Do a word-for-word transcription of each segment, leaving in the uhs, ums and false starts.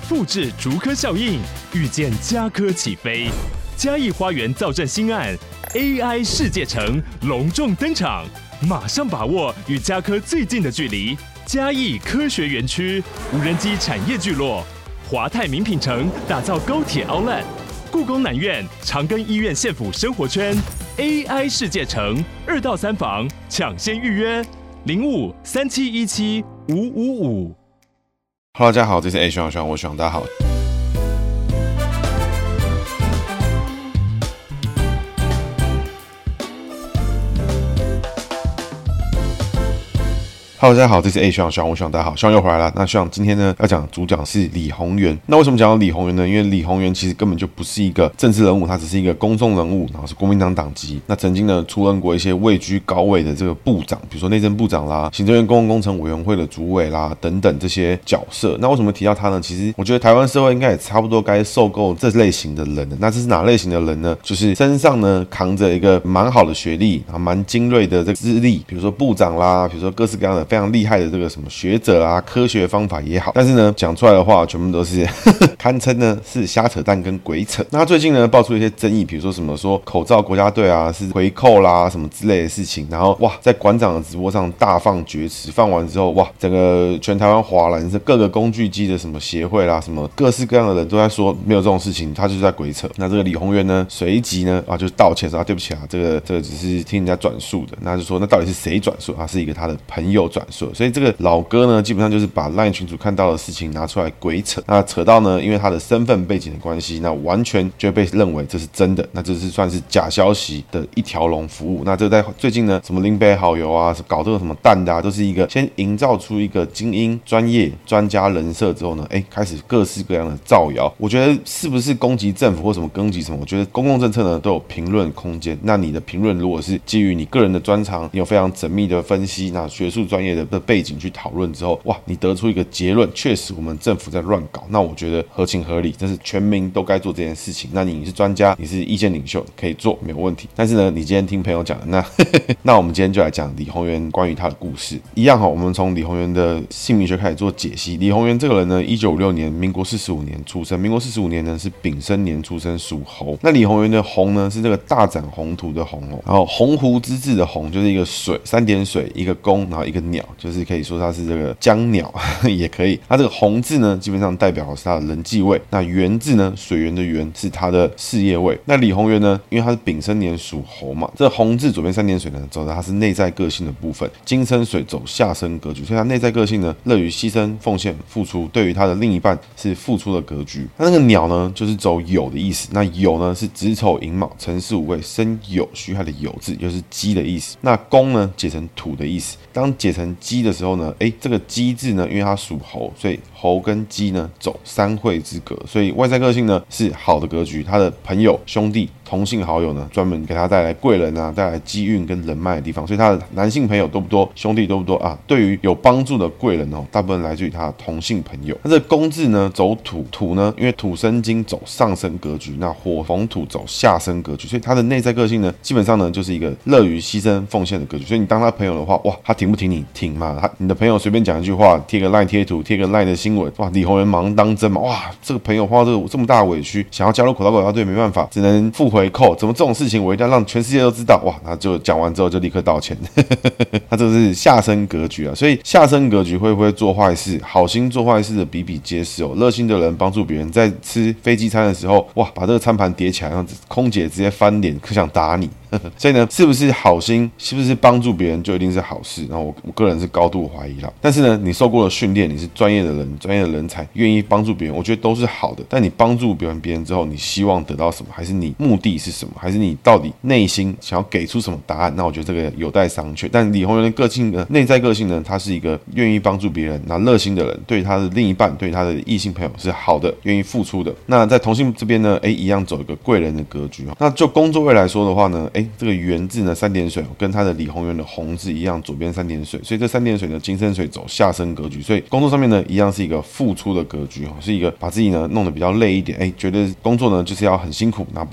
复制竹科效应，预见家科起飞。嘉义花园造镇新案 A I 世界城隆重登场，马上把握与家科最近的距离。嘉义科学园区无人机产业聚落，华泰名品城打造高铁 Outlet， 故宫南院长庚医院县府生活圈 A I 世界城二到三房抢先预约零五三七一七五五五。 Hello， 大家好，这是 A 徐朗徐朗，我是徐朗，大家好。Hello， 大家好，这是 A 徐朗徐朗，我徐朗，大家好，徐朗又回来了。那徐朗今天呢要讲的主角是李鸿源。那为什么讲到李鸿源呢？因为李鸿源其实根本就不是一个政治人物，他只是一个公众人物，然后是国民党党籍。那曾经呢出任过一些位居高位的这个部长，比如说内政部长啦、行政院公共工程委员会的主委啦等等这些角色。那为什么提到他呢？其实我觉得台湾社会应该也差不多该受够这类型的人了。那这是哪类型的人呢？就是身上呢扛着一个蛮好的学历，然后蛮精锐的这个资历，比如说部长啦，比如说各式各样的非常厉害的这个什么学者啊，科学方法也好，但是呢讲出来的话全部都是呵呵堪称呢是瞎扯淡跟鬼扯。那他最近呢爆出一些争议，比如说什么说口罩国家队啊是回扣啦什么之类的事情，然后哇在馆长的直播上大放厥词，放完之后哇整个全台湾华人是各个工具机的什么协会啦，什么各式各样的人都在说没有这种事情，他就是在鬼扯。那这个李鸿源呢随即呢啊就道歉说啊对不起啊，这个这个只是听人家转述的。那就说那到底是谁转述啊？是一个他的朋友转述，所以这个老哥呢基本上就是把 LINE 群组看到的事情拿出来鬼扯。那扯到呢因为他的身份背景的关系，那完全就会被认为这是真的，那这是算是假消息的一条龙服务。那这在最近呢什么林北好友啊搞这个什么蛋的啊，都是一个先营造出一个精英专业专家人设之后呢，哎开始各式各样的造谣。我觉得是不是攻击政府或什么攻击什么，我觉得公共政策呢都有评论空间。那你的评论如果是基于你个人的专长，你有非常缜密的分析，那学术专业的背景去讨论之后，哇你得出一个结论，确实我们政府在乱搞，那我觉得合情合理，这是全民都该做这件事情。那你是专家，你是意见领袖，可以做没有问题。但是呢你今天听朋友讲的，那呵呵那我们今天就来讲李鸿源关于他的故事。一样哈，我们从李鸿源的姓名学开始做解析。李鸿源这个人呢一九五六年民国四十五年出生，民国四十五年呢是丙申年出生，属猴。那李鸿源的鸿呢是这个大展宏图的鸿哦，然后鸿鹄之志的鸿就是一个水，三点水一个弓，然后一个鸟，就是可以说它是这个江鸟也可以。它这个鸿字呢基本上代表的是他的人际位，那源字呢水源的源是他的事业位。那李鸿源呢因为他是丙申年属猴嘛，这鸿字左边三点水呢走的他是内在个性的部分，金生水走下生格局，所以他内在个性呢乐于牺牲奉献付出，对于他的另一半是付出的格局。那那个鸟呢就是走酉的意思，那酉呢是子丑寅卯辰巳午未申酉戌亥的酉字，就是鸡的意思。那宫呢解成土的意思，当解成鸡的时候呢，哎这个鸡字呢因为它属猴，所以猴跟鸡呢走三会之格，所以外在个性呢是好的格局，他的朋友兄弟同性好友呢专门给他带来贵人啊，带来机运跟人脉的地方，所以他的男性朋友多不多，兄弟多不多啊？对于有帮助的贵人哦，大部分来自于他的同性朋友。那这个宫字呢走土，土呢因为土生金走上升格局，那火逢土走下升格局，所以他的内在个性呢基本上呢就是一个乐于牺牲奉献的格局。所以你当他朋友的话，哇他挺不挺你？挺嘛。他你的朋友随便讲一句话，贴个 LINE 贴图，贴个 LINE 的新闻，哇李鸿源马上当真嘛，哇这个朋友花这个这么大的委屈，想要加入口罩国家队没办法，只能付回扣，怎么这种事情我一定要让全世界都知道，哇他就讲完之后就立刻道歉他这个是下升格局啊，所以下升格局会不会做坏事？好心做坏事的比比皆是哦。热心的人帮助别人，在吃飞机餐的时候，哇把这个餐盘叠起来，让空姐直接翻脸，可想打你所以呢是不是好心，是不是帮助别人就一定是好事？然后 我, 我个人是高度怀疑啦。但是呢你受过了训练，你是专业的人，专业的人才，愿意帮助别人，我觉得都是好的。但你帮助别人别人之后，你希望得到什么？还是你目的是什么？还是你到底内心想要给出什么答案？那我觉得这个有待商榷。但李鸿源的个性呢，内在个性呢，他是一个愿意帮助别人，那热心的人，对他的另一半，对他的异性朋友是好的，愿意付出的。那在同性这边呢，哎，一样走一个贵人的格局。那就工作位来说的话呢，哎，这个源字呢三点水跟他的李鸿源的鸿字一样，左边三点水，所以这三点水呢金生水走下升格局，所以工作上面呢一样是一个付出的格局，是一个把自己呢弄得比较累一点，哎，觉得工作呢就是要很辛苦，然后把自己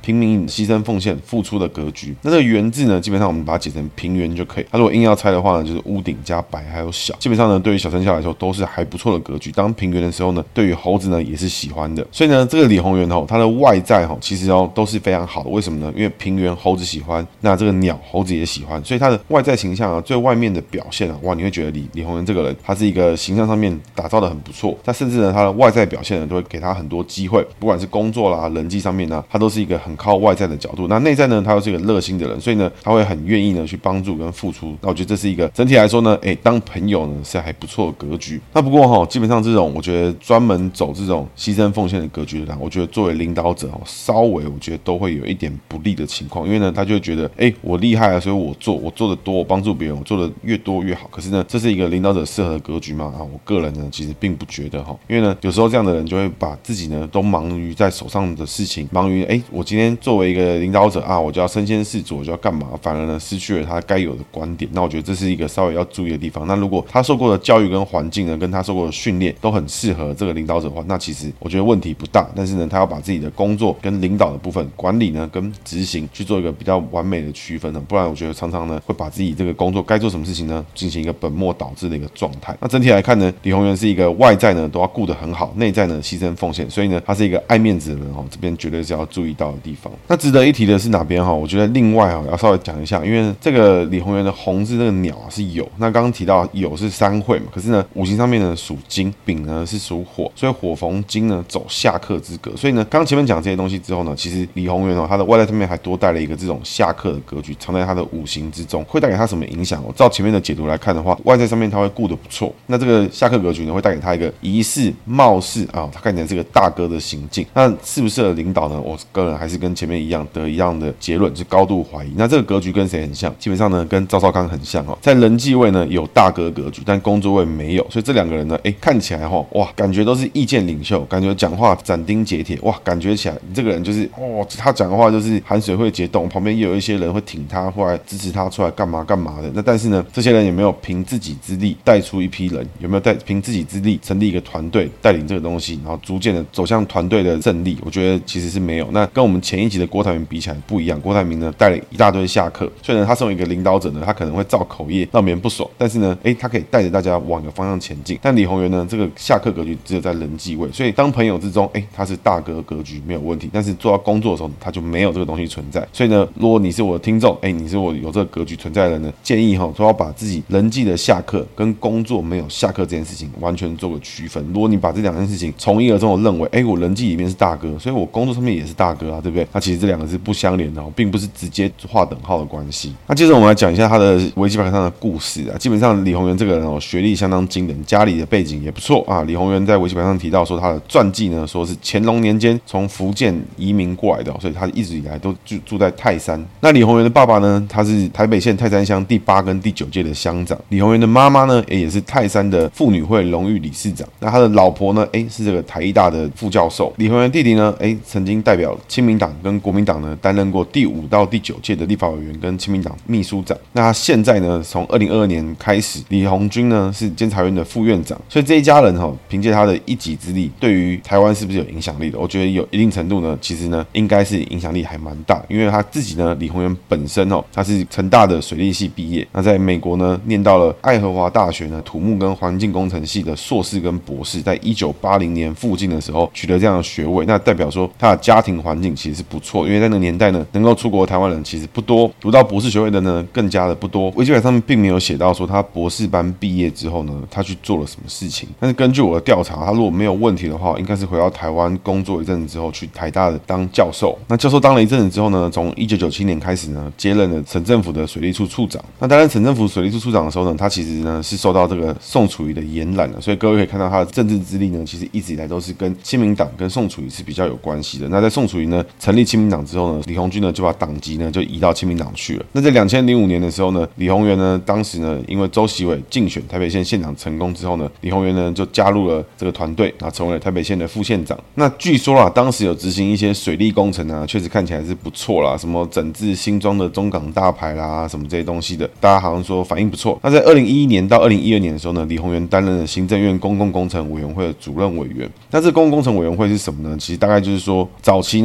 拼命牺牲奉献付出的格局。那这个圆字呢，基本上我们把它解成平圆就可以。它如果硬要猜的话呢，就是屋顶加白还有小，基本上呢对于小生肖来说都是还不错的格局。当平圆的时候呢，对于猴子呢也是喜欢的。所以呢，这个李鸿源吼，它的外在吼其实哦都是非常好的。为什么呢？因为平圆猴子喜欢，那这个鸟猴子也喜欢，所以它的外在形象啊，最外面的表现啊，哇，你会觉得李李鸿源这个人，他是一个形象上面打造的很不错。他甚至呢，他的外在表现呢，都会给他很多机会，不管是工作啦、人际上面呢，他都是一个很靠外在的角度。那内在呢，他又是一个热心的人，所以呢，他会很愿意呢去帮助跟付出。那我觉得这是一个整体来说呢，哎，当朋友呢是还不错的格局。那不过哈，基本上这种我觉得专门走这种牺牲奉献的格局的人，我觉得作为领导者哦，稍微我觉得都会有一点不利的情况，因为呢，他就会觉得，哎，我厉害啊，所以我做，我做的多，我帮助别人，我做的越多越好。可是呢，这是一个领导者适合的格局吗？啊，我个人呢其实并不觉得哈，因为呢，有时候这样的人就会把自己呢都忙于在手上的事情，忙于哎，我今天作为一个领导者啊，我就要身先士卒，我就要干嘛？反而呢失去了他该有的观点。那我觉得这是一个稍微要注意的地方。那如果他受过的教育跟环境呢，跟他受过的训练都很适合这个领导者的话，那其实我觉得问题不大。但是呢，他要把自己的工作跟领导的部分、管理呢跟执行去做一个比较完美的区分呢，不然我觉得常常呢会把自己这个工作该做什么事情呢进行一个本末倒置的一个状态。那整体来看呢，李鸿源是一个外在呢都要顾得很好，内在呢牺牲奉献，所以呢他是一个爱面子的人哦，这边绝对是要注意到的地方。那值得一提的是哪边哈？我觉得另外哈要稍微讲一下，因为这个李鸿源的鸿字这个鸟啊是酉，那刚刚提到酉是三会嘛，可是呢五行上面呢属金，丙呢是属火，所以火逢金呢走下克之格。所以呢，刚刚前面讲这些东西之后呢，其实李鸿源哦他的外在上面还多带了一个这种下克的格局，藏在他的五行之中，会带给他什么影响？我照前面的解读来看的话，外在上面他会顾得不错，那这个下克格局呢会带给他一个仪式貌似啊，他看起来是个大哥的行径，那适不适合领导呢？我个人还是跟前面一样得一样的结论，是高度怀疑。那这个格局跟谁很像？基本上呢跟赵少康很像哦，在人际位呢有大哥格局，但工作位没有，所以这两个人呢，哎，看起来哈哇，感觉都是意见领袖，感觉讲话斩钉截铁，哇，感觉起来你这个人就是哦，他讲的话就是含水会结冻，旁边也有一些人会挺他，或来支持他出来干嘛干嘛的。那但是呢，这些人有没有凭自己之力带出一批人？有没有带凭自己之力成立一个团队，带领这个东西，然后逐渐的走向团队的胜利？我觉得其实是没有。那跟我们前一集的郭台铭比起来不一样，郭台铭呢带了一大堆下课，所以呢他身为一个领导者呢，他可能会造口业让别人不爽，但是呢，哎，他可以带着大家往一个方向前进。但李鸿源呢，这个下课格局只有在人际位，所以当朋友之中，哎，他是大哥格局没有问题，但是做到工作的时候，他就没有这个东西存在。所以呢，如果你是我的听众，哎，你是我有这个格局存在的人呢，建议哈，都要把自己人际的下课跟工作没有下课这件事情完全做个区分。如果你把这两件事情从一而终的认为，哎，我人际里面是大哥，所以我工作上面也是大哥啊，对不对？那其实这两个是不相连的，并不是直接划等号的关系。那接着我们来讲一下他的维基百科上的故事啊。基本上李鸿源这个人哦，学历相当惊人，家里的背景也不错啊。李鸿源在维基百科上提到说，他的传记呢，说是乾隆年间从福建移民过来的，所以他一直以来都住住在泰山。那李鸿源的爸爸呢，他是台北县泰山乡第八跟第九届的乡长。李鸿源的妈妈呢，也是泰山的妇女会荣誉理事长。那他的老婆呢，哎，是这个台艺大的副教授。李鸿源弟弟呢，哎，曾经代表亲民党跟国民党呢，担任过第五到第九届的立法委员跟亲民党秘书长。那他现在呢，从二零二二年开始，李鸿钧呢是监察院的副院长。所以这一家人哈、哦，凭借他的一己之力，对于台湾是不是有影响力的？我觉得有一定程度呢，其实呢，应该是影响力还蛮大。因为他自己呢，李鸿源本身哦，他是成大的水利系毕业，那在美国呢，念到了爱荷华大学呢土木跟环境工程系的硕士跟博士，在一九八零年附近的时候取得这样的学位，那代表说他的家庭环境其实是不错，因为在那个年代呢，能够出国的台湾人其实不多，读到博士学位的呢更加的不多。维基百科上面并没有写到说他博士班毕业之后呢，他去做了什么事情。但是根据我的调查，他如果没有问题的话，应该是回到台湾工作一阵子之后，去台大的当教授。那教授当了一阵子之后呢，从一九九七年开始呢，接任了省政府的水利处处长。那担任省政府水利处处长的时候呢，他其实呢是受到这个宋楚瑜的延揽的，所以各位可以看到他的政治资历呢，其实一直以来都是跟亲民党跟宋楚瑜是比较有关系的。那在宋楚瑜呢成立亲民党之后呢，李鸿钧呢就把党籍呢就移到亲民党去了。那在两千零五年的时候呢，李鸿源呢当时呢因为周习伟竞选台北县县长成功之后呢，李鸿源呢就加入了这个团队，然后成为了台北县的副县长。那据说啦，当时有执行一些水利工程啊，确实看起来是不错啦，什么整治新庄的中港大排啦，什么这些东西的，大家好像说反应不错。那在二零一一年到二零一二年的时候呢，李鸿源担任了行政院公共工程委员会的主任委员。那这公共工程委员会是什么呢？其实大概就是说，早期呢台湾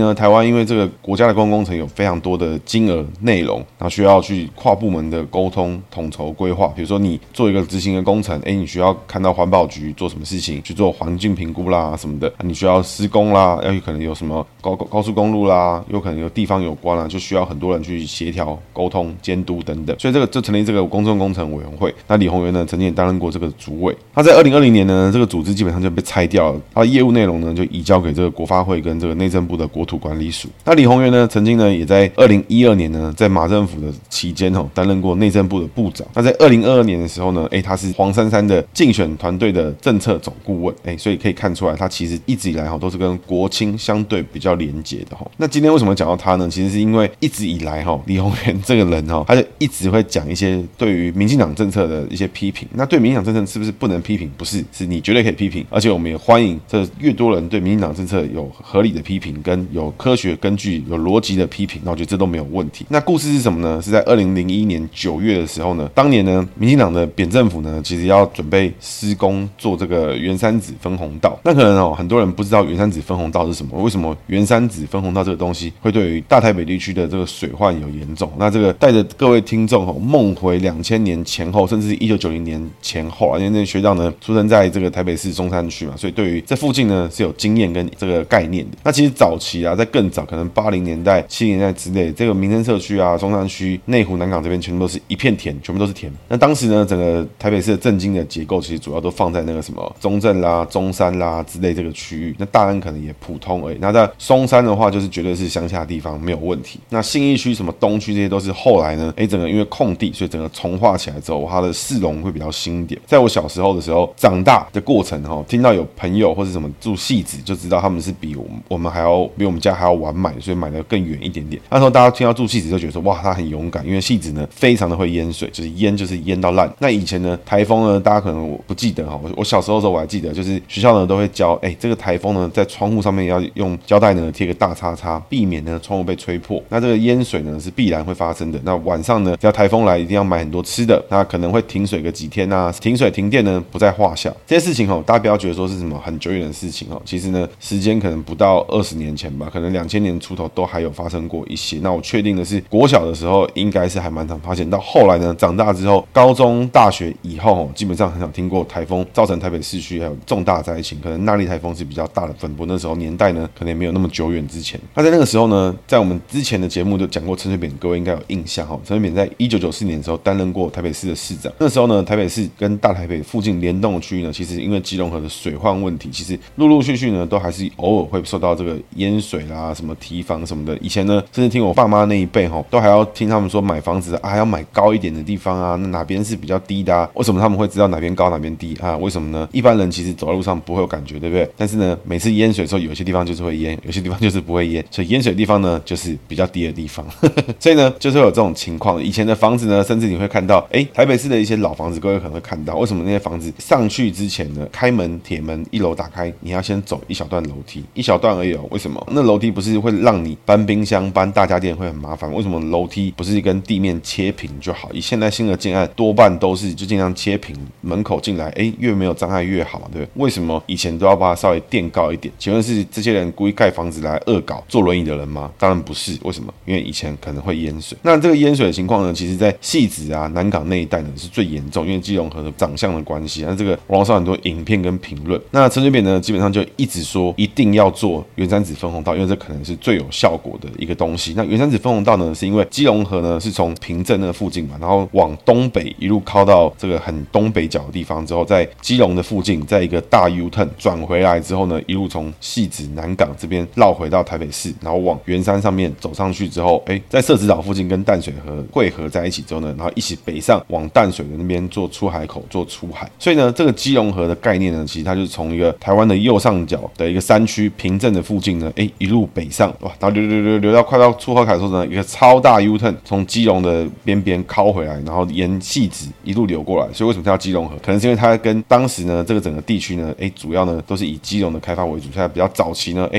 啊，因为这个国家的公共工程有非常多的金额内容，然后需要去跨部门的沟通统筹规划。比如说你做一个执行的工程，哎，你需要看到环保局做什么事情，去做环境评估啦什么的，你需要施工啦，要有可能有什么高高速公路啦，有可能有地方有关啦，就需要很多人去协调、沟通、监督等等。所以这个就成立这个公众工程委员会。那李鸿源呢，曾经也担任过这个主委。他在二零二零年呢，这个组织基本上就被拆掉了，他的业务内容呢就移交给这个国发会跟这个内政部的国土管理署。那李鸿源呢，曾经呢也在二零一二年呢，在马政府的期间哦，担任过内政部的部长。那在二零二二年的时候呢，哎，他是黄珊珊的竞选团队的政策总顾问，哎，所以可以看出来，他其实一直以来哈都是跟国青相对比较连结的哈。那今天为什么讲到他呢？其实是因为一直以来哈，李鸿源这个人哈，他就一直会讲一些对于民进党政策的一些批评。那对民进党政策是不是不能批评？不是，是你绝对可以批评，而且我们也欢迎这越多人对民进党政策有合理的批评，跟有科学根据、有逻辑的批评，那我觉得这都没有问题。那故事是什么呢？是在二零零一年九月的时候呢，当年呢，民进党的扁政府呢，其实要准备施工做这个圆山子分洪道。那可能哦，很多人不知道圆山子分洪道是什么，为什么圆山子分洪道这个东西会对于大台北地区的这个水患有严重？那这个带着各位听众哦，梦回两千年前后，甚至是一九九零年前后啊，因为那学长呢出生在这个台北市中山区嘛，所以对于这附近呢是有经验跟这个概念的。那其实早期啊，在更早可能八零年代、七零年代之类，这个民生社区啊、中山区、内湖、南港这边全部都是一片田，全部都是田。那当时呢，整个台北市的政经的结构其实主要都放在那个什么中正啦、中山啦之类这个区域。那大安可能也普通而已。那在松山的话，就是绝对是乡下的地方，没有问题。那信义区、什么东区这些都是后来呢，哎，整个因为空地，所以整个重划起来之后，它的市容会比较新一点。在我小时候的时候，长大的过程哈，听到有朋友或是什么住汐止，就知道他们是比我们我们还要比我们家还要晚买，所以买的更远一点点。那时候大家听到住汐止就觉得说，哇，他很勇敢，因为汐止呢非常的会淹水，就是淹就是淹到烂。那以前呢，台风呢，大家可能我不记得哈，我小时候的时候我还记得，就是学校呢都会教，哎，这个台风呢在窗户上面要用胶带呢贴个大叉叉，避免呢窗户被吹破。那这个淹水呢是必然会发生的。那晚上呢，只要台风来，一定要买很多吃的，那可能会停水个几天啊，停水停电呢不在话下。这些事情哦，大家不要觉得说是什么很久远的事情哦，其实呢，时间可能不到二十年前吧，可能两千年出头都还有发生过一些。那我确定的是，国小的时候应该是还蛮常发现，到后来呢，长大之后，高中、大学以后哦，基本上很少听过台风造成台北市区还有重大灾情。可能纳莉台风是比较大的分布，那时候年代呢，可能也没有那么久远之前。那在那个时候呢，在我们之前的节目就讲过陈水扁，各位应该有印象哦。陈水扁在一九九四年的时候担任过台北市的市长，那时候呢，台北市跟大台北附近联动的区域呢，其实因为基隆河的水患问题，其实陆陆续续呢，都还是偶尔会受到这个淹水啦、什么堤防什么的。以前呢，甚至听我爸妈那一辈哈，都还要听他们说买房子啊，要买高一点的地方啊，那哪边是比较低的啊？为什么他们会知道哪边高哪边低啊？为什么呢？一般人其实走在路上不会有感觉，对不对？但是呢，每次淹水的时候，有些地方就是会淹，有些地方就是不会淹，所以淹水的地方呢，就是比较低的地方。所以呢，就是会有这种情况。以前的房子呢，甚至你会看到，哎，台北市的一些老房子，各位可能会看到，为什么那些房子上去之前呢，开门铁门一楼打开，你要先走一小段楼梯，一小段而已哦。为什么？那楼梯不是会让你搬冰箱、搬大家电会很麻烦？为什么楼梯不是跟地面切平就好？以现在新的建案多半都是就尽量切平，门口进来，哎，越没有障碍越好，对不对？为什么以前都要把它稍微垫高一点？请问是这些人故意盖房子来恶搞坐轮椅的人吗？当然不是。为什么？因为以前可能会淹水。那这个淹水的情况呢，其实在汐止啊、南港那一带呢是最严重，因为基隆河的长相的关系。那这个网络上很多影片跟评论。那陈水扁呢，基本上就一直说一定要做圆山子分洪道，因为这可能是最有效果的一个东西。那圆山子分洪道呢，是因为基隆河呢是从平镇那个附近嘛，然后往东北一路靠到这个很东北角的地方之后，在基隆的附近，在一个大 U turn 转回来之后呢，一路从汐止、南港这边绕回到台北市，然后往圆山上面走上去之后，哎，在社子岛附近跟淡水河汇合在一起之后呢，然后一起北上往淡水的那边做出海口做出海。所以呢，这个基隆河的概念呢，其实它就是从一个台湾的右上角的一个山区平镇的附近呢，哎，一路北上，哇，然后流流流流到快到出海口的时候呢，一个超大 U turn 从基隆的边边靠回来，然后沿汐止一路流过来。所以为什么叫基隆河？可能是因为它跟当时呢这个整个地区呢，哎，主要呢都是以基隆的开发为主。现在比较早期呢，哎，新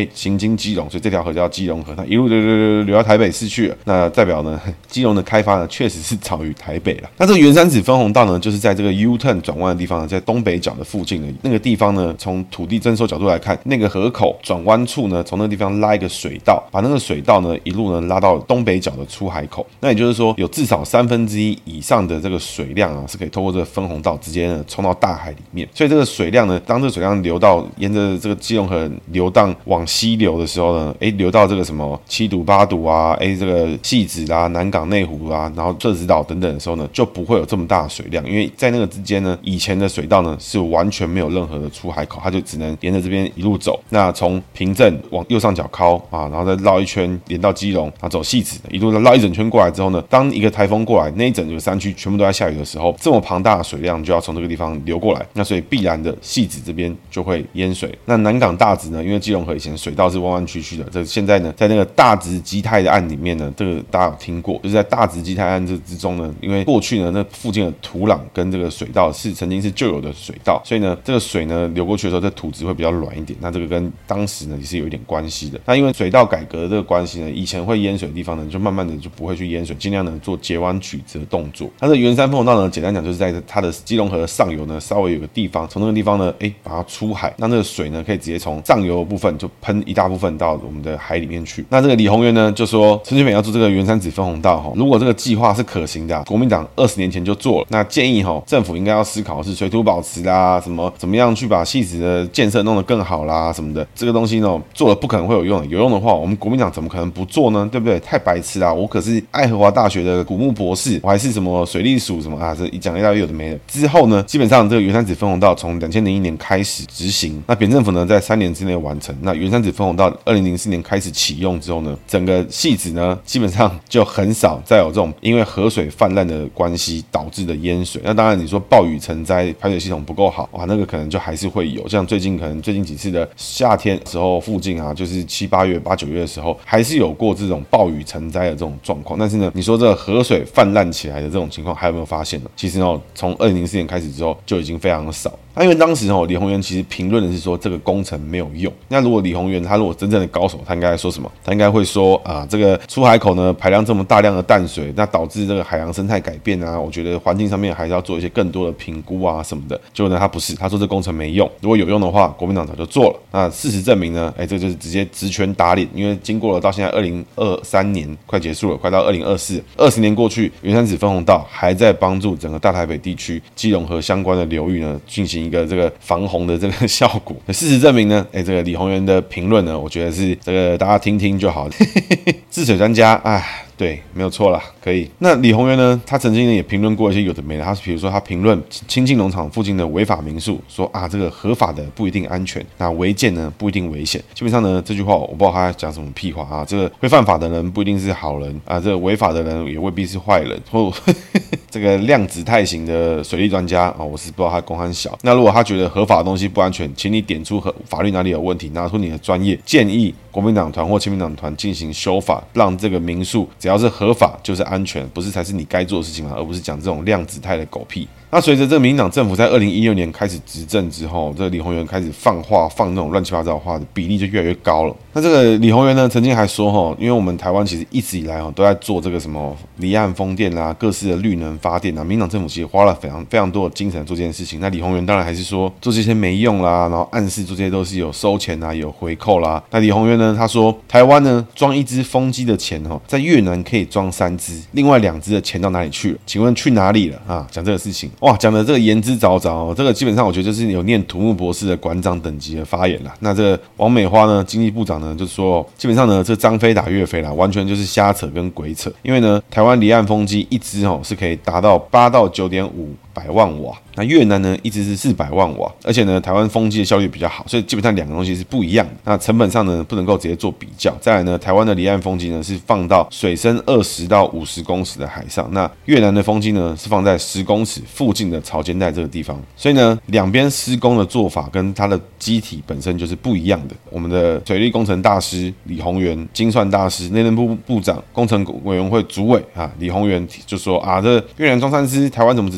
经基隆，所以这条河叫基隆河，它一路流流流流到台北市去了。那代表呢，基隆的开发呢确实是早于台北了。那这个圆山子分洪道呢，就是在这个 U-turn 转弯的地方呢，在东北角的附近的那个地方呢，从土地征收角度来看，那个河口转弯处呢，从那个地方拉一个水道，把那个水道呢一路呢拉到东北角的出海口。那也就是说，有至少三分之一以上的这个水量啊，是可以透过这个分洪道直接呢冲到大海里面。所以这个水量呢，当这个水量流到沿着这个基隆河流荡往西流的时候呢，哎，流到这个什么七堵、八堵啊，哎，这个汐止啦、南港、内湖啊，然后社子岛等等的时候呢，就不会有这么大的水量，因为在那个之间呢，以前的水道呢是完全没有任何的出海口，它就只能沿着这边一路走。那从平镇往右上角靠啊，然后再绕一圈连到基隆，然后走汐止，一路绕一整圈过来之后呢，当一个台风过来，那一整个山区全部都在下雨的时候，这么庞大的水量就要从这个地方流过来，那所以必然的汐止这边就会淹水。那南港大直呢，因为基隆河以前水道是弯弯曲曲的，这现在呢，在那个大直基泰的案里面呢，这个大家有听过，就是在大直基泰案这之中呢，因为过去呢，那附近的土壤跟这个水道是曾经是旧有的水道，所以呢，这个水呢流过去的时候，这土质会比较软一点。那这个跟当时呢也是有一点关系的。那因为水道改革的这个关系呢，以前会淹水的地方呢，就慢慢的就不会去淹水，尽量呢做截弯曲直的动作。那这圆山分洪道呢，简单讲就是在它的基隆河的上游呢，稍微有个地方，从那个地方呢，哎，把它出海，那那个水呢可以直接从上游的部分就喷一大部分到我们的海里面去。那这个李鸿源呢就说，陈水扁要做这个圆山子分洪道哈，如果这个计划是可行的、啊，国民党二十年前就做了，那建议哈政府应该要思考的是水土保持啦，什么怎么样去把汐止的建设弄得更好啦什么的，这个东西呢做了不可能会有用的，有用的话我们国民党怎么可能不做呢？对不对？太白痴啦！我可是爱荷华大学的古木博士，我还是什么水利署什么啊，这一讲一大堆有的没的。之后呢，基本上这个圆山子分洪道从两千零一年开始执行，那扁政府呢在三年之内完成。那圆山子分洪道二零零四年开始启用之后呢，整个汐止呢基本上就很少再有这种因为河水泛滥的关系导致的淹水。那当然你说暴雨成灾，排水系统不够好，哇，那个可能就还是会有。像最近可能最近几次的夏天时候附近啊，就是七八月、八九月的时候，还是有过这种暴雨成灾的这种状况。但是呢，你说这个河水泛滥起来的这种情况，还有没有发现呢？其实哦，从二零零四年开始之后就已经非常的少。那因为当时哦，李鸿源其实评论的是说这个工程没有用。那如果李鸿源他如果真正的高手，他应该说什么？他应该会说啊，这个出海口呢排量这么大量的淡水，那导致这个海洋生态改变啊，我觉得环境上面还是要做一些更多的评估啊什么的。结果呢，他不是，他说这工程没用。如果有用的话，国民党早就做了。那事实证明呢，哎，这就是直接职权打脸。因为经过了到现在二零二三年快结束了，快到二零二四，二十年过去，圆山子分洪道还在帮助整个大台北地区基隆河相关的流域呢进行一个这个防洪的这个效果。事实证明呢，哎，这个李鸿源的评论呢，我觉得是这个大家听听就好。治水专家，哎。对，没有错啦，可以。那李鸿源呢？他曾经呢也评论过一些有的没的。他比如说，他评论清境农场附近的违法民宿，说啊，这个合法的不一定安全，那违建呢不一定危险。基本上呢，这句话我不知道他在讲什么屁话啊。这个会犯法的人不一定是好人啊，这个违法的人也未必是坏人。或这个量子态型的水利专家啊，我是不知道他公很小。那如果他觉得合法的东西不安全，请你点出和法律哪里有问题，拿出你的专业建议，国民党团或亲民党团进行修法，让这个民宿只要是合法就是安全，不是才是你该做的事情嘛，而不是讲这种量子态的狗屁。那随着这个民进党政府在二零一六年开始执政之后，这个李鸿源开始放话放那种乱七八糟的话的比例就越来越高了。那这个李鸿源呢，曾经还说哈，因为我们台湾其实一直以来哈都在做这个什么离岸风电啦、各式的绿能发电啊，民进党政府其实花了非常非常多的精神做这件事情。那李鸿源当然还是说做这些没用啦，然后暗示做这些都是有收钱啊、有回扣啦。那李鸿源呢，他说台湾呢装一只风机的钱哈，在越南可以装三只，另外两只的钱到哪里去了？请问去哪里了啊？讲这个事情。哇，讲的这个言之凿凿、哦，这个基本上我觉得就是有念土木博士的馆长等级的发言啦。那这个王美花呢，经济部长呢就说，基本上呢这张飞打岳飞啦，完全就是瞎扯跟鬼扯。因为呢，台湾离岸风机一支哦是可以达到八到九点五百万瓦，那越南呢一直是四百万瓦，而且呢台湾风机的效率比较好，所以基本上两个东西是不一样的。那成本上呢不能够直接做比较。再来呢，台湾的离岸风机呢是放到水深二十到五十公尺的海上，那越南的风机呢是放在十公尺附近的潮间带这个地方，所以呢两边施工的做法跟它的机体本身就是不一样的。我们的水利工程大师李鸿源、精算大师、内政部部长、工程委员会主委啊李鸿源就说啊，这越南装三只，台湾怎么只装一只？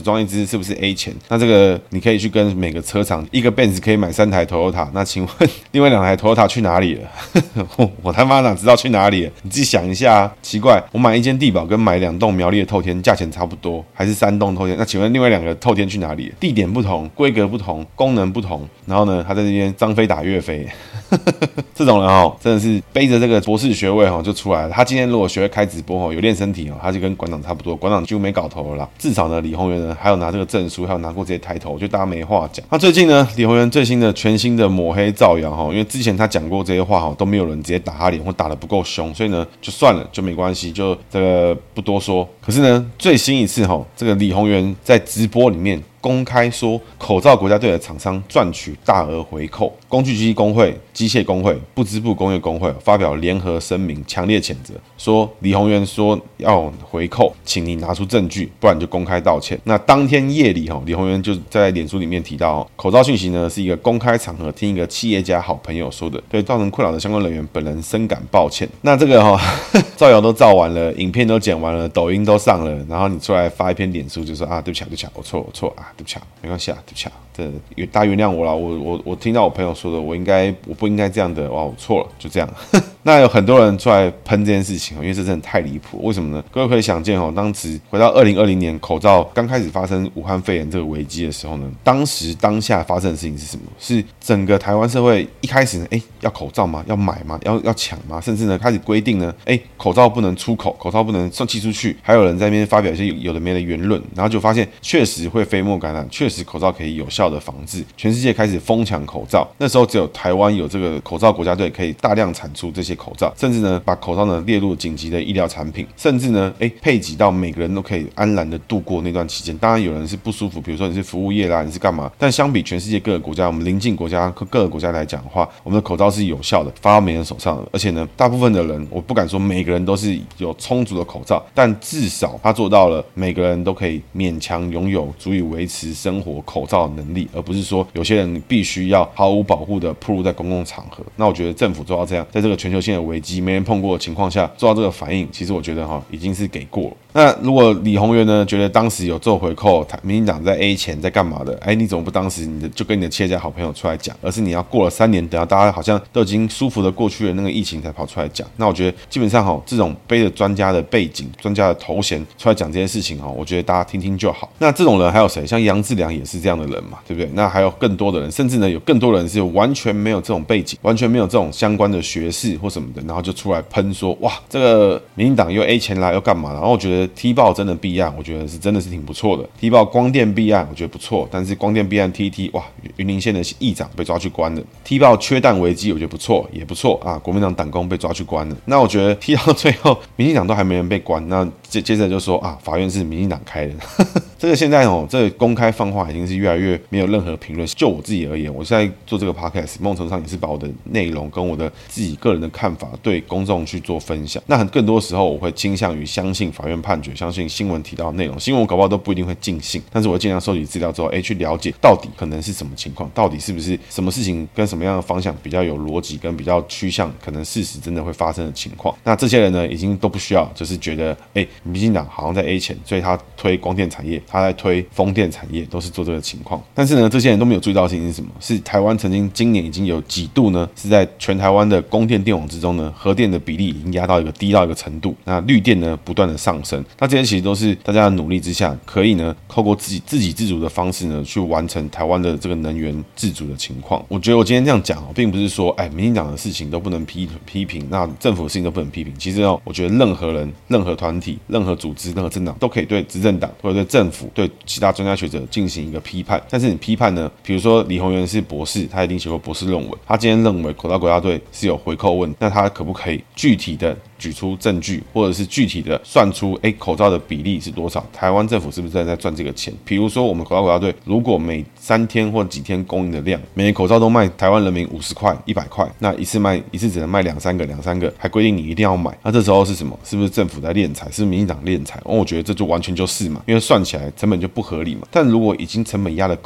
是不是 A 钱？那这个你可以去跟每个车厂，一个 Benz 可以买三台 Toyota， 那请问另外两台 Toyota 去哪里了？我, 我他妈哪知道去哪里了？你自己想一下啊，奇怪，我买一间地堡跟买两栋苗栗的透天价钱差不多，还是三栋透天？那请问另外两个透天去哪里了？地点不同，规格不同，功能不同，然后呢，他在这边张飞打岳飞，这种人哦，真的是背着这个博士学位哦就出来了。他今天如果学会开直播哦，有练身体哦，他就跟馆长差不多，馆长几乎没搞头了啦。至少呢，李宏源呢还有拿这个证书，还有拿过这些抬头，我觉得大家没话讲。那最近呢，李宏源最新的全新的抹黑造谣哈，因为之前他讲过这些话哈，都没有人直接打他脸或打得不够凶，所以呢就算了，就没关系，就这个不多说。可是呢，最新一次哈，这个李宏源在直播里面公开说，口罩国家队的厂商赚取大额回扣，工具机工会、机械工会、不织布工业工会发表联合声明，强烈谴责，说李宏源说要回扣，请你拿出证据，不然你就公开道歉。那当天夜里哈，李宏源就在脸书里面提到，口罩讯息呢是一个公开场合听一个企业家好朋友说的，对造成困扰的相关人员本人深感抱歉。那这个哈造谣都造完了，影片都剪完了，抖音都上了，然后你出来发一篇脸书就说啊，对不起啊，对不起啊，我错我错啊。对不起啊，没关系啊，对不起啊，这大家原谅我啦，我我我听到我朋友说的，我应该我不应该这样的，哇，我错了，就这样。那有很多人出来喷这件事情，因为这真的太离谱。为什么呢？各位可以想见哦，当时回到二零二零年口罩刚开始发生武汉肺炎这个危机的时候呢，当时当下发生的事情是什么？是整个台湾社会一开始呢，哎，要口罩吗？要买吗？要要抢吗？甚至呢开始规定呢，哎，口罩不能出口，口罩不能送寄出去，还有人在那边发表一些有的没的言论，然后就发现确实会飞沫感染，确实口罩可以有效的防治，全世界开始疯抢口罩。那时候只有台湾有这个口罩国家队可以大量产出这些口罩，甚至呢把口罩呢列入紧急的医疗产品，甚至呢哎配给到每个人都可以安然的度过那段期间。当然有人是不舒服，比如说你是服务业啦，你是干嘛？但相比全世界各个国家，我们邻近国家各个国家来讲的话，我们的口罩是有效的，发到每人手上的。而且呢，大部分的人，我不敢说每个人都是有充足的口罩，但至少他做到了每个人都可以勉强拥有足以维持生活口罩的能力，而不是说有些人必须要毫无保护的暴露在公共场合。那我觉得政府做到这样，在这个全球性的危机没人碰过的情况下做到这个反应，其实我觉得哈已经是给过了。那如果李宏源呢觉得当时有做回扣，民进党在 A 钱在干嘛的？哎，你怎么不当时你的就跟你的企业家好朋友出来讲，而是你要过了三年，等到大家好像都已经舒服的过去了那个疫情才跑出来讲？那我觉得基本上哈，这种背着专家的背景、专家的头衔出来讲这些事情哈，我觉得大家听听就好。那这种人还有谁？像杨志良也是这样的人嘛，对不对？那还有更多的人，甚至呢有更多人是完全没有这种背景，完全没有这种相关的学士或什么的，然后就出来喷说哇，这个民进党又 A 钱来又干嘛？然后我觉得 T 报真的弊案，我觉得是真的是挺不错的。T 报光电弊案我觉得不错，但是光电弊案 T 一 T 哇，云林县的议长被抓去关了。T 报缺蛋危机我觉得不错，也不错啊，国民党党工被抓去关了。那我觉得 T 到最后，民进党都还没人被关，那接接着就说啊，法院是民进党开的。这个现在哦，这个公开放话已经是越来越没有任何评论。就我自己而言，我现在做这个 podcast， 某种程度上也是把我的内容跟我的自己个人的看法对公众去做分享。那很更多时候，我会倾向于相信法院判决，相信新闻提到的内容。新闻我搞不好都不一定会尽信，但是我会尽量收集资料之后，哎，去了解到底可能是什么情况，到底是不是什么事情跟什么样的方向比较有逻辑，跟比较趋向可能事实真的会发生的情况。那这些人呢，已经都不需要，就是觉得哎，民进党好像在 A 钱，所以他推光电产业，他在推风电产业，都是做这个情况。但是呢，这些人都没有注意到的事情是什么？是台湾曾经今年已经有几度呢，是在全台湾的供电电网之中呢，核电的比例已经压到一个低到一个程度，那绿电呢不断的上升。那这些其实都是大家的努力之下，可以呢透过自己自给自足的方式呢，去完成台湾的这个能源自主的情况。我觉得我今天这样讲，并不是说哎，民进党的事情都不能批批评，那政府的事情都不能批评。其实哦，我觉得任何人、任何团体、任何组织、任何政党都可以对执政党或者对政府、对其他专家学者进行一个批判。但是你批判呢，比如说李宏源是博士，他一定写过博士论文，他今天认为口罩国家队是有回扣问题，那他可不可以具体的举出证据，或者是具体的算出哎口罩的比例是多少？台湾政府是不是在在赚这个钱？比如说我们口罩国家队如果每三天或几天供应的量，每个口罩都卖台湾人民五十块、一百块，那一次卖一次只能卖两三个、两三个，还规定你一定要买，那这时候是什么？是不是政府在敛财？是不是民进党敛财？哦，我觉得这就完全就是嘛，因为算起来成本就不合理嘛。但如果已经成本压得够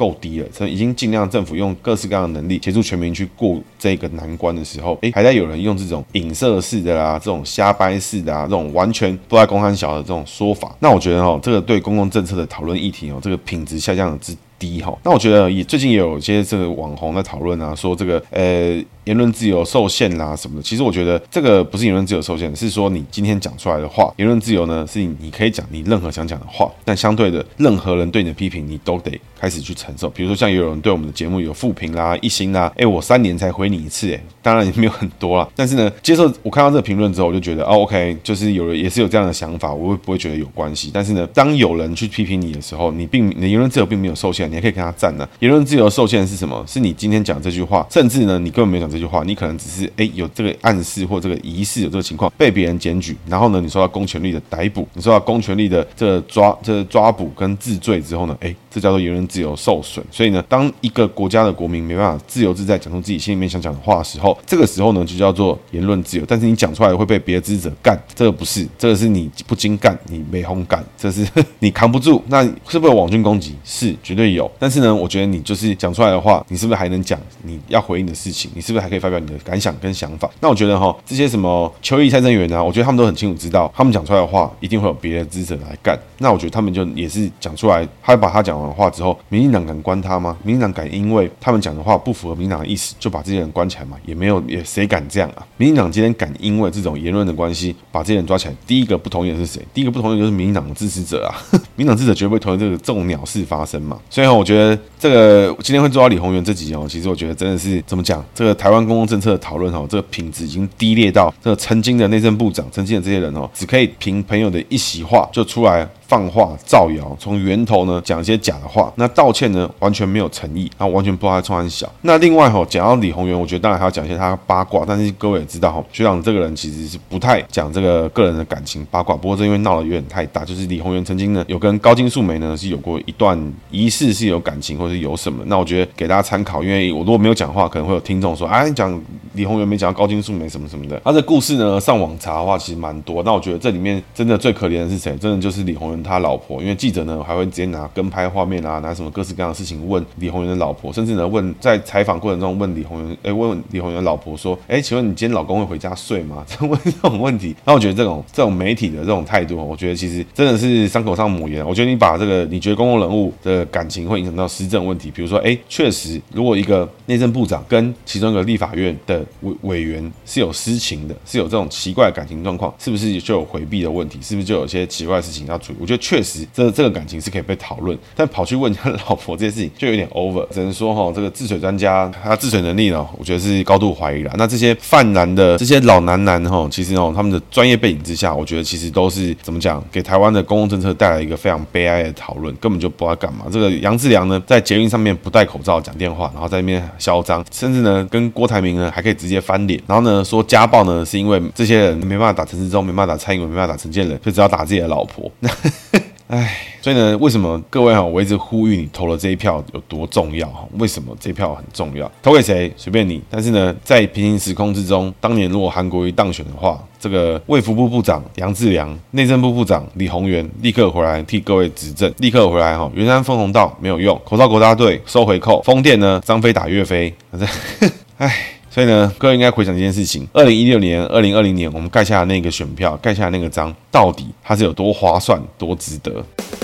够低了，已经尽量政府用各式各样的能力协助全民去过这个难关的时候，哎，还在有人用这种影射式的啦、这种瞎掰式的啊、这种完全不爱公三小的这种说法，那我觉得哦，这个对公共政策的讨论议题哦，这个品质下降的之低哈。那我觉得也最近也有一些这个网红在讨论啊，说这个呃言论自由受限啦什么的。其实我觉得这个不是言论自由受限，是说你今天讲出来的话，言论自由呢是你可以讲你任何想讲的话，但相对的，任何人对你的批评你都得开始去承受。比如说像有人对我们的节目有负评啦、一星啦，哎，我三年才回你一次，哎，当然也没有很多啦，但是呢，接受我看到这个评论之后，我就觉得哦 ，OK， 就是有人也是有这样的想法，我会不会觉得有关系？但是呢，当有人去批评你的时候，你并你的言论自由并没有受限，你还可以跟他战呢。言论自由受限是什么？是你今天讲这句话，甚至呢，你根本没有讲这句话，你可能只是哎有这个暗示或这个疑似有这个情况被别人检举，然后呢，你受到公权力的逮捕，你受到公权力的这个抓这个抓捕跟治罪之后呢，哎，这叫做言论自由受损。所以呢，当一个国家的国民没办法自由自在讲出自己心里面想讲的话的时候，这个时候呢就叫做言论自由。但是你讲出来会被别的支持者干，这个不是，这个是你不经干，你没红干，这是你扛不住。那是不是有网军攻击？是，绝对有。但是呢，我觉得你就是讲出来的话，你是不是还能讲你要回应的事情？你是不是还可以发表你的感想跟想法？那我觉得哈，这些什么邱毅、蔡正元啊，我觉得他们都很清楚知道，他们讲出来的话一定会有别的支持者来干。那我觉得他们就也是讲出来，他把他讲完话之后，民进党敢关他吗？民进党敢因为他们讲的话不符合民进党的意思，就把这些人关起来吗？也没有，也谁敢这样啊？民进党今天敢因为这种言论的关系把这些人抓起来，第一个不同意的是谁？第一个不同意的就是民进党的支持者啊！民进党支持者绝不会同意这个这种鸟事发生嘛。所以我觉得这个今天会做到李鸿源这集哦，其实我觉得真的是怎么讲，这个台湾公共政策的讨论哦，这个品质已经低劣到这个曾经的内政部长、曾经的这些人哦，只可以凭朋友的一席话就出来放话造谣，从源头呢讲一些假的话，那道歉呢完全没有诚意，然后完全不知道他冲三小。那另外哈，讲到李鸿源，我觉得当然还要讲一些他八卦，但是各位也知道哈，学长这个人其实是不太讲这个个人的感情八卦，不过这因为闹得有点太大，就是李鸿源曾经呢有跟高金素梅呢是有过一段疑似是有感情或是有什么，那我觉得给大家参考，因为我如果没有讲话，可能会有听众说，哎，你讲李鸿源没讲到高金素梅什么什么的。他这故事呢上网查的话其实蛮多，那我觉得这里面真的最可怜的是谁？真的就是李鸿源他老婆，因为记者呢还会直接拿跟拍画面啊，拿什么各式各样的事情问李鸿源的老婆，甚至呢问在采访过程中问李鸿源，哎，问李鸿源老婆说，哎，请问你今天老公会回家睡吗？问这种问题，那我觉得这种这种媒体的这种态度，我觉得其实真的是伤口上抹盐。我觉得你把这个你觉得公共人物的感情会影响到施政问题，比如说，哎，确实如果一个内政部长跟其中一个立法院的委委员是有私情的，是有这种奇怪的感情状况，是不是就有回避的问题？是不是就有些奇怪的事情要处理？我觉得确实这这个感情是可以被讨论，但跑去问他老婆这件事情就有点 over。只能说哈，这个治水专家他治水能力呢，我觉得是高度怀疑啦。那这些泛蓝的这些老男男哈，其实哦他们的专业背景之下，我觉得其实都是怎么讲，给台湾的公共政策带来一个非常悲哀的讨论，根本就不知道干嘛。这个杨志良呢，在捷运上面不戴口罩讲电话，然后在那边嚣张，甚至呢跟郭台铭呢还可以直接翻脸，然后呢说家暴呢是因为这些人没办法打陈时中，没办法打蔡英文，没办法打陈建仁，所以只要打自己的老婆。唉，所以呢，为什么各位哈，我一直呼吁你投了这一票有多重要哈？为什么这一票很重要？投给谁随便你，但是呢，在平行时空之中，当年如果韩国瑜当选的话，这个卫福部部长杨志良、内政部部长李鸿源立刻回来替各位执政，立刻回来哈。圆山分红道没有用，口罩国家队收回扣，风电呢张飞打岳飞，唉。所以呢，各位应该回想这件事情：二零一六年、二零二零年，我们盖下的那个选票，盖下的那个章，到底它是有多划算、多值得？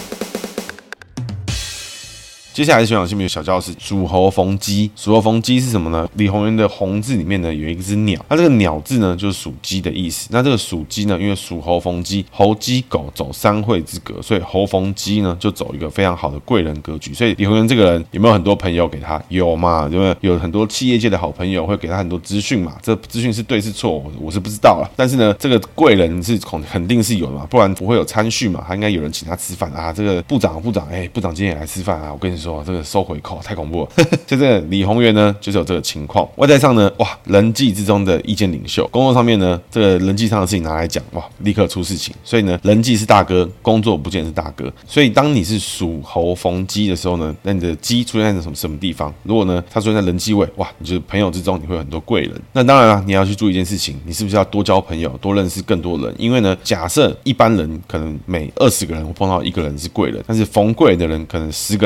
接下来是学长新闻小教室，属猴逢鸡。属猴逢鸡是什么呢？李鸿源的鸿字里面呢有一只鸟，它这个鸟字呢就是属鸡的意思。那这个属鸡呢，因为属猴逢鸡，猴鸡狗走三会之格，所以猴逢鸡呢就走一个非常好的贵人格局。所以李鸿源这个人有没有很多朋友给他？有嘛？有没有有很多企业界的好朋友会给他很多资讯嘛？这资讯是对是错，我是不知道啦。但是呢，这个贵人是肯定是有的嘛，不然不会有参叙嘛。他应该有人请他吃饭啊。这个部长部长，哎、欸，部长今天也来吃饭啊。我跟你说。这个收回扣太恐怖了，就这个李鸿源呢，就是有这个情况。外在上呢，哇，人际之中的意见领袖；工作上面呢，这个人际上的事情拿来讲，哇，立刻出事情。所以呢，人际是大哥，工作不见得是大哥。所以当你是属猴逢鸡的时候呢，那你的鸡出现在什么什么地方？如果呢，它出现在人际位，哇，你就是朋友之中你会有很多贵人。那当然了，你要去注意一件事情，你是不是要多交朋友，多认识更多人？因为呢，假设一般人可能每二十个人会碰到一个人是贵人，但是逢贵人的人可能十个人会碰到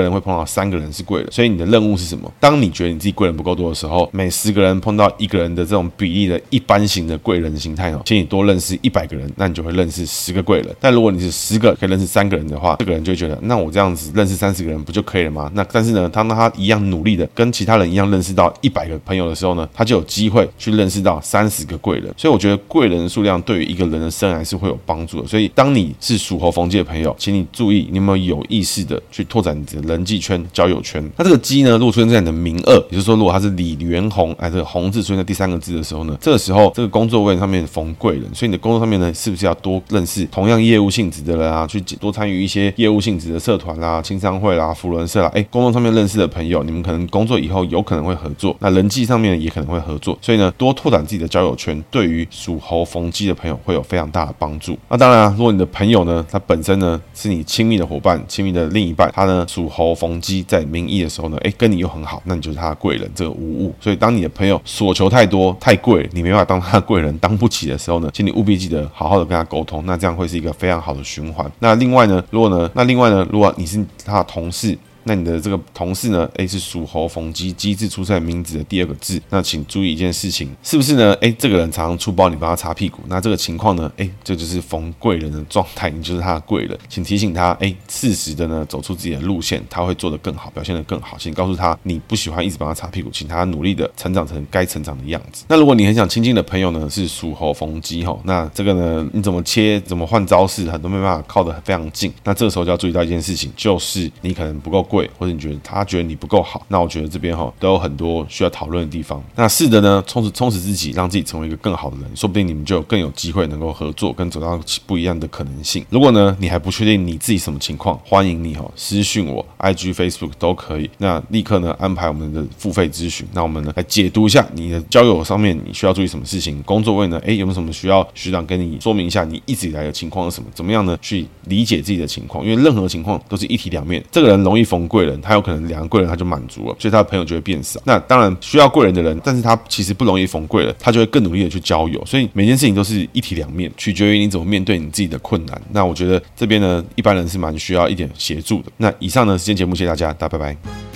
三个人是贵人，所以你的任务是什么？当你觉得你自己贵人不够多的时候，每十个人碰到一个人的这种比例的一般型的贵人形态哦，请你多认识一百个人，那你就会认识十个贵人。但如果你是十个可以认识三个人的话，这个人就会觉得，那我这样子认识三十个人不就可以了吗？那但是呢，当他一样努力的跟其他人一样认识到一百个朋友的时候呢，他就有机会去认识到三十个贵人。所以我觉得贵人的数量对于一个人的生涯是会有帮助的。所以当你是属猴逢鸡的朋友，请你注意你有没有有意识的去拓展你的人际圈、交友圈。那这个鸡呢，如果出现在你的名二，也就是说，如果它是李元红，哎，这个红字出现在第三个字的时候呢，这个时候这个工作位上面逢贵人，所以你的工作上面呢，是不是要多认识同样业务性质的人啊，去多参与一些业务性质的社团啦、青商会啦、扶轮社啦，哎，工作上面认识的朋友，你们可能工作以后有可能会合作，那人际上面也可能会合作，所以呢，多拓展自己的交友圈，对于属猴逢鸡的朋友会有非常大的帮助。那当然啊，如果你的朋友呢，他本身呢是你亲密的伙伴、亲密的另一半，他呢属猴逢鸡，在名义的时候呢，哎，跟你又很好，那你就是他的贵人，这个无误。所以当你的朋友所求太多、太贵，你没办法当他的贵人，当不起的时候呢，请你务必记得好好的跟他沟通，那这样会是一个非常好的循环。那另外呢，如果呢，那另外呢，如果你是他的同事，那你的这个同事呢，哎，是属猴逢鸡，鸡字出在名字的第二个字，那请注意一件事情，是不是呢？哎，这个人常常出包，你帮他擦屁股，那这个情况呢，哎，这就是逢贵人的状态，你就是他的贵人，请提醒他，哎，适时的呢走出自己的路线，他会做得更好，表现得更好，请告诉他你不喜欢一直帮他擦屁股，请他努力的成长成该成长的样子。那如果你很想亲近的朋友呢是属猴逢鸡吼，那这个呢你怎么切怎么换招式，很多没办法靠得非常近，那这个时候就要注意到一件事情，就是你可能不够贵，或者你觉得他觉得你不够好，那我觉得这边哈都有很多需要讨论的地方。那试着呢充实充实自己，让自己成为一个更好的人，说不定你们就有更有机会能够合作，跟走到不一样的可能性。如果呢你还不确定你自己什么情况，欢迎你哈私讯我 I G、Facebook 都可以。那立刻呢安排我们的付费咨询，那我们呢来解读一下你的交友上面你需要注意什么事情，工作位呢，哎有没有什么需要学长跟你说明一下你一直以来的情况是什么，怎么样呢去理解自己的情况，因为任何情况都是一体两面。这个人容易逢贵人，他有可能两个贵人他就满足了，所以他的朋友就会变少。那当然需要贵人的人，但是他其实不容易逢贵人，他就会更努力的去交友。所以每件事情都是一体两面，取决于你怎么面对你自己的困难。那我觉得这边呢，一般人是蛮需要一点协助的。那以上呢，是今天节目，谢谢大家，大家拜拜。